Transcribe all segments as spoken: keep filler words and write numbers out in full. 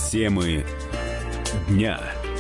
Темы дня.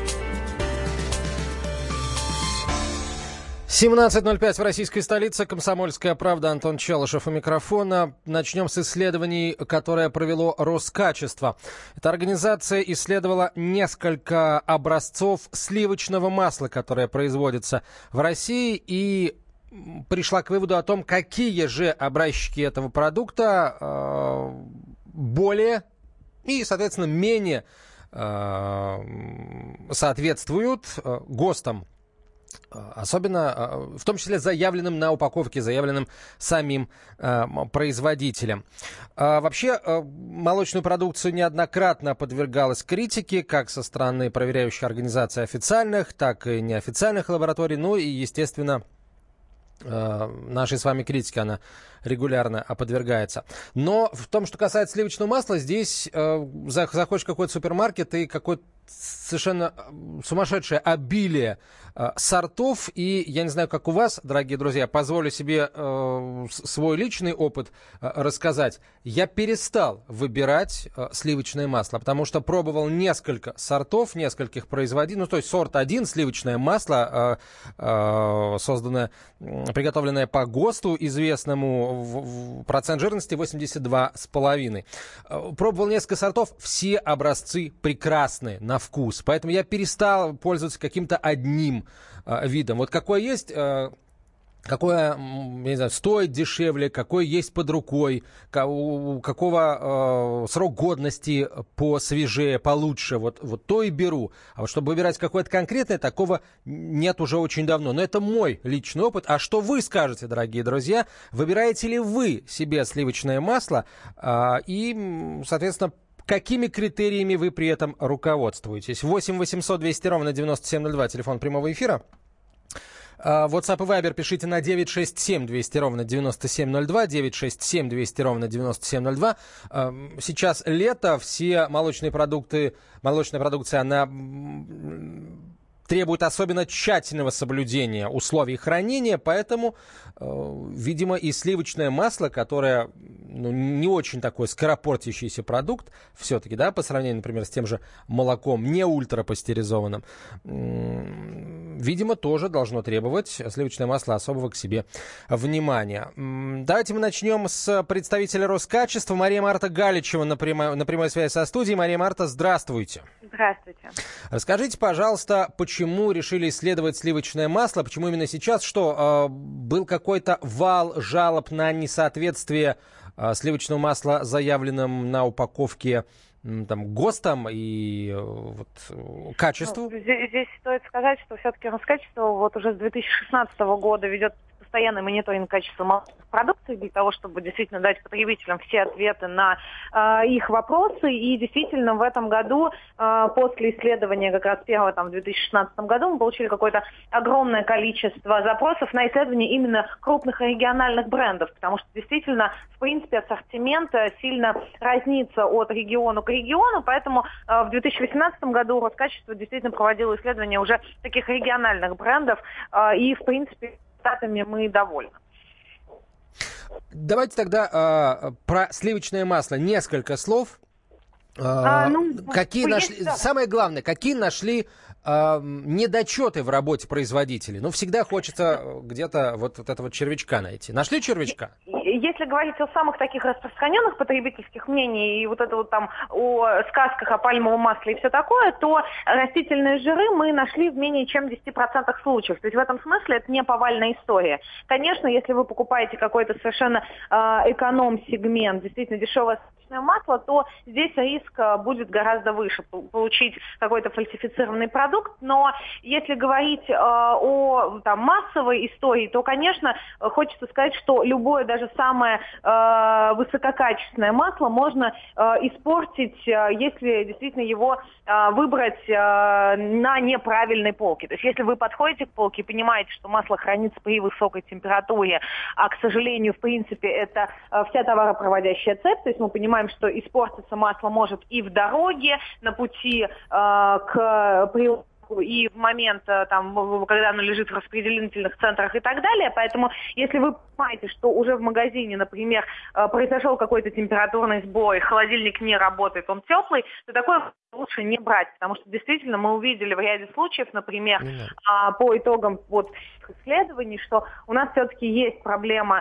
семнадцать ноль пять в российской столице. «Комсомольская правда», Антон Челышев у микрофона. Начнем с исследований, которое провело Роскачество. Эта организация исследовала несколько образцов сливочного масла, которое производится в России, и пришла к выводу о том, какие же образчики этого продукта э, более и, соответственно, менее э, соответствуют э, ГОСТам. Особенно, в том числе, заявленным на упаковке, заявленным самим э, производителем. А вообще, э, молочную продукцию неоднократно подвергалась критике, как со стороны проверяющих организаций официальных, так и неофициальных лабораторий. Ну и, естественно, э, нашей с вами критике она регулярно подвергается. Но в том, что касается сливочного масла, здесь э, заходишь в какой-то супермаркет и какой-то совершенно сумасшедшее обилие э, сортов. И я не знаю, как у вас, дорогие друзья, позволю себе э, свой личный опыт э, рассказать. Я перестал выбирать э, сливочное масло, потому что пробовал несколько сортов, нескольких производителей. Ну, то есть сорт один, сливочное масло, э, э, созданное, э, приготовленное по ГОСТу известному, в, в, процент жирности восемьдесят два и пять. Э, пробовал несколько сортов, все образцы прекрасные на вкус. Поэтому я перестал пользоваться каким-то одним э, видом. Вот какой есть, э, какое, я не знаю, стоит дешевле, какой есть под рукой, ко- какого э, срок годности посвежее, получше, вот, вот то и беру. А вот чтобы выбирать какое-то конкретное, такого нет уже очень давно. Но это мой личный опыт. А что вы скажете, дорогие друзья? Выбираете ли вы себе сливочное масло э, и, соответственно, какими критериями вы при этом руководствуетесь? восемь восемьсот двести ровно девяносто семь ноль два, телефон прямого эфира. WhatsApp и Viber пишите на девять шесть семь двести ровно девяносто семь ноль два, девять шесть семь двести ровно девяносто семь ноль два. Сейчас лето, все молочные продукты, молочная продукция, она требует особенно тщательного соблюдения условий хранения, поэтому, э, видимо, и сливочное масло, которое ну, не очень такой скоропортящийся продукт, все-таки, да, по сравнению, например, с тем же молоком, не ультрапастеризованным, э, видимо, тоже должно требовать сливочное масло особого к себе внимания. Давайте мы начнем с представителя Роскачества. Мария Марта Галичева на прямой, на прямой связи со студией. Мария Марта, здравствуйте. Здравствуйте. Расскажите, пожалуйста, почему Почему решили исследовать сливочное масло? Почему именно сейчас? Что, э, был какой-то вал жалоб на несоответствие э, сливочного масла, заявленным на упаковке э, там, ГОСТом и э, вот, качеству? Ну, здесь, здесь стоит сказать, что все-таки Роскачество вот уже с две тысячи шестнадцатого года ведет постоянный мониторинг качества молочной продукции для того, чтобы действительно дать потребителям все ответы на э, их вопросы. И действительно в этом году, э, после исследования как раз первого там, в две тысячи шестнадцатом году, мы получили какое-то огромное количество запросов на исследование именно крупных региональных брендов, потому что действительно, в принципе, ассортимент сильно разнится от региона к региону, поэтому э, в две тысячи восемнадцатом году Роскачество действительно проводило исследование уже таких региональных брендов, э, и, в принципе, результатами мы довольны. Давайте тогда э, про сливочное масло несколько слов. Э, а, ну, какие есть, нашли, да. Самое главное, какие нашли э, недочеты в работе производителей? Ну, всегда хочется где-то вот, вот этого червячка найти. Нашли червячка? Если говорить о самых таких распространенных потребительских мнениях и вот это вот там о сказках о пальмовом масле и все такое, то растительные жиры мы нашли в менее чем в десяти процентах случаев. То есть в этом смысле это не повальная история. Конечно, если вы покупаете какой-то совершенно э, эконом-сегмент, действительно дешевое сливочное масло, то здесь риск будет гораздо выше получить какой-то фальсифицированный продукт. Но если говорить э, о там, массовой истории, то, конечно, хочется сказать, что любое даже самое э, высококачественное масло можно э, испортить, э, если действительно его э, выбрать э, на неправильной полке. То есть если вы подходите к полке и понимаете, что масло хранится при высокой температуре, а, к сожалению, в принципе, это э, вся товаропроводящая цепь, то есть мы понимаем, что испортиться масло может и в дороге, на пути э, к при и в момент, там, когда оно лежит в распределительных центрах и так далее. Поэтому, если вы понимаете, что уже в магазине, например, произошел какой-то температурный сбой, холодильник не работает, он теплый, то такое лучше не брать, потому что действительно мы увидели в ряде случаев, например, mm-hmm. по итогам вот исследований, что у нас все-таки есть проблема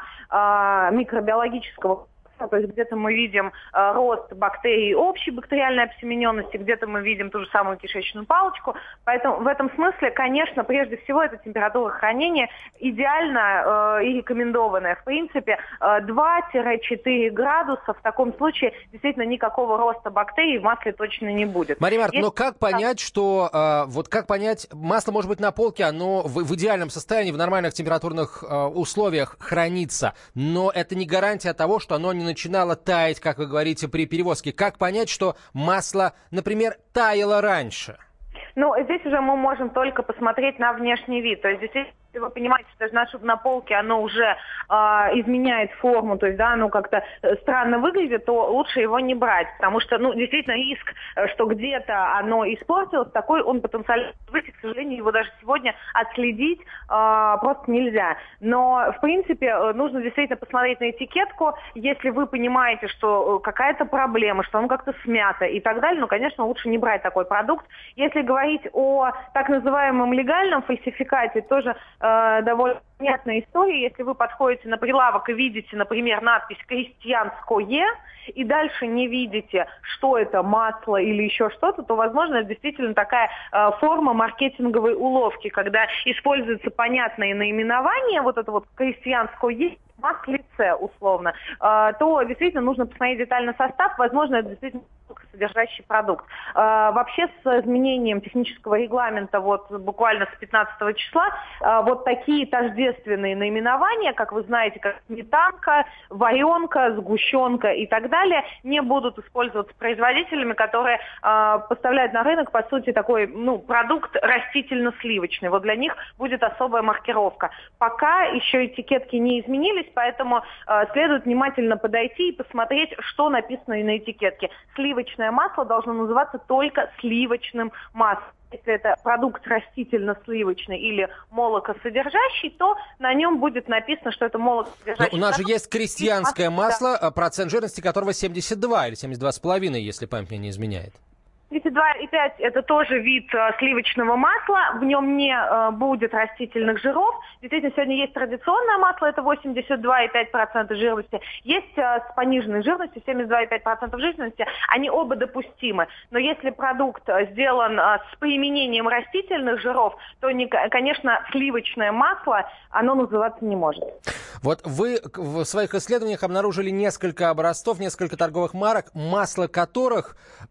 микробиологического. То есть где-то мы видим э, рост бактерий общей бактериальной обсемененности, где-то мы видим ту же самую кишечную палочку. Поэтому в этом смысле, конечно, прежде всего это температура хранения идеально э, и рекомендованная. В принципе, э, два-четыре градуса в таком случае действительно никакого роста бактерий в масле точно не будет. Мария Март, Есть... но как понять, что э, вот как понять, масло может быть на полке, оно в, в идеальном состоянии, в нормальных температурных э, условиях хранится, но это не гарантия того, что оно не начинало таять, как вы говорите, при перевозке. Как понять, что масло, например, таяло раньше? Ну, здесь уже мы можем только посмотреть на внешний вид. То есть, действительно, если вы понимаете, что даже на полке оно уже э, изменяет форму, то есть, да, оно как-то странно выглядит, то лучше его не брать. Потому что, ну, действительно, риск, что где-то оно испортилось, такой он потенциально быть, к сожалению, его даже сегодня отследить э, просто нельзя. Но, в принципе, нужно действительно посмотреть на этикетку. Если вы понимаете, что какая-то проблема, что оно как-то смято и так далее, ну, конечно, лучше не брать такой продукт. Если говорить о так называемом легальном фальсификате, тоже э, довольно понятная история. Если вы подходите на прилавок и видите, например, надпись «крестьянское», и дальше не видите, что это масло или еще что-то, то, возможно, это действительно такая э, форма маркетинговой уловки, когда используется понятное наименование, вот это вот «крестьянское», маслице, условно, э, то действительно нужно посмотреть детально состав, возможно, это действительно содержащий продукт. Э, вообще с изменением технического регламента вот буквально с пятнадцатого числа э, вот такие тождественные наименования, как вы знаете, как сметанка, варенка, сгущенка и так далее, не будут использоваться производителями, которые э, поставляют на рынок, по сути, такой, ну, продукт растительно-сливочный. Вот для них будет особая маркировка. Пока еще этикетки не изменились, поэтому э, следует внимательно подойти и посмотреть, что написано и на этикетке. Сливочное масло должно называться только сливочным маслом. Если это продукт растительно-сливочный или молокосодержащий, то на нем будет написано, что это молокосодержащий. Но у нас же есть крестьянское масло, да, процент жирности которого семьдесят два или семьдесят два с половиной, если память мне не изменяет. семьдесят два и пять это тоже вид э, сливочного масла, в нем не э, будет растительных жиров. Действительно, сегодня есть традиционное масло, это восемьдесят два и пять процентов жирности. Есть э, с пониженной жирностью, семьдесят два и пять процентов жирности, они оба допустимы. Но если продукт сделан э, с применением растительных жиров, то, не, конечно, сливочное масло, оно называться не может. Вот вы в своих исследованиях обнаружили несколько образцов, несколько торговых марок, масло которых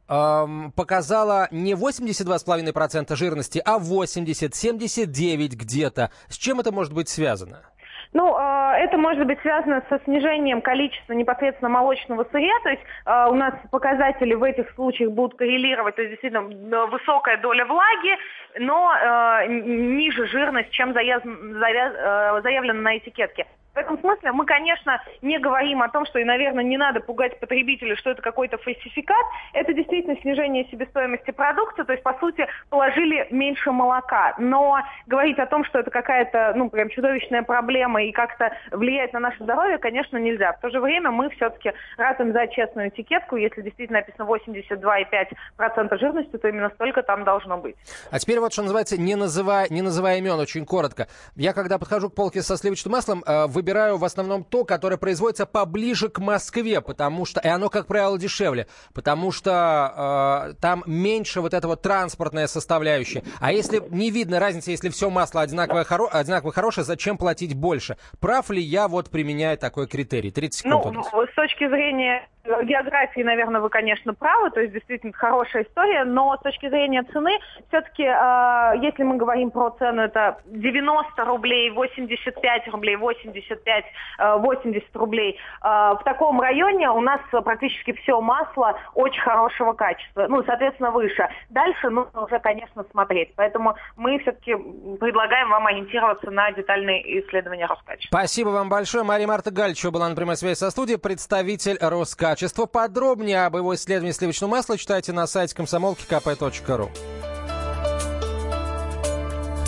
эм, показало не восемьдесят два и пять десятых процента жирности, а восемьдесят, семьдесят девять где-то. С чем это может быть связано? Ну, э, это может быть связано со снижением количества непосредственно молочного сырья, то есть э, у нас показатели в этих случаях будут коррелировать, то есть действительно высокая доля влаги, но э, ниже жирность, чем заяв... Заяв... заявлено на этикетке. В этом смысле мы, конечно, не говорим о том, что, и, наверное, не надо пугать потребителей, что это какой-то фальсификат. Это действительно снижение себестоимости продукта, то есть, по сути, положили меньше молока. Но говорить о том, что это какая-то, ну, прям чудовищная проблема и как-то влияет на наше здоровье, конечно, нельзя. В то же время мы все-таки ратуем за честную этикетку. Если действительно написано восемьдесят два и пять десятых процента жирности, то именно столько там должно быть. А теперь вот, что называется, не называя, не называя имен, очень коротко. Я, когда подхожу к полке со сливочным маслом, вы выбираю в основном то, которое производится поближе к Москве, потому что, и оно, как правило, дешевле, потому что э, там меньше вот этого транспортная составляющая. А если не видно разницы, если все масло одинаково, хоро, одинаково хорошее, зачем платить больше? Прав ли я, вот применяя такой критерий? тридцать секунд. Ну, с точки зрения географии, наверное, вы, конечно, правы, то есть действительно хорошая история, но с точки зрения цены, все-таки, э, если мы говорим про цену, это девяносто рублей, восемьдесят пять рублей, восемьдесят пять, восемьдесят рублей. Э, в таком районе у нас практически все масло очень хорошего качества, ну, соответственно, выше. Дальше нужно уже, конечно, смотреть, поэтому мы все-таки предлагаем вам ориентироваться на детальные исследования Роскачества. Спасибо вам большое. Мария Марта Гальчева была на прямой связи со студией, представитель Роскачества. Подробнее об его исследовании сливочного масла читайте на сайте комсомолки ка пэ точка ру.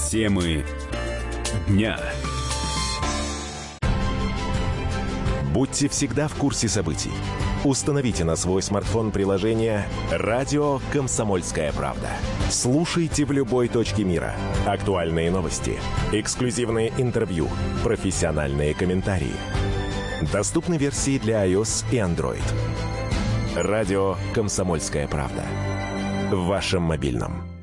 Темы дня. Будьте всегда в курсе событий. Установите на свой смартфон приложение «Радио Комсомольская правда». Слушайте в любой точке мира. Актуальные новости, эксклюзивные интервью, профессиональные комментарии. Доступны версии для iOS и Android. «Радио Комсомольская правда». В вашем мобильном.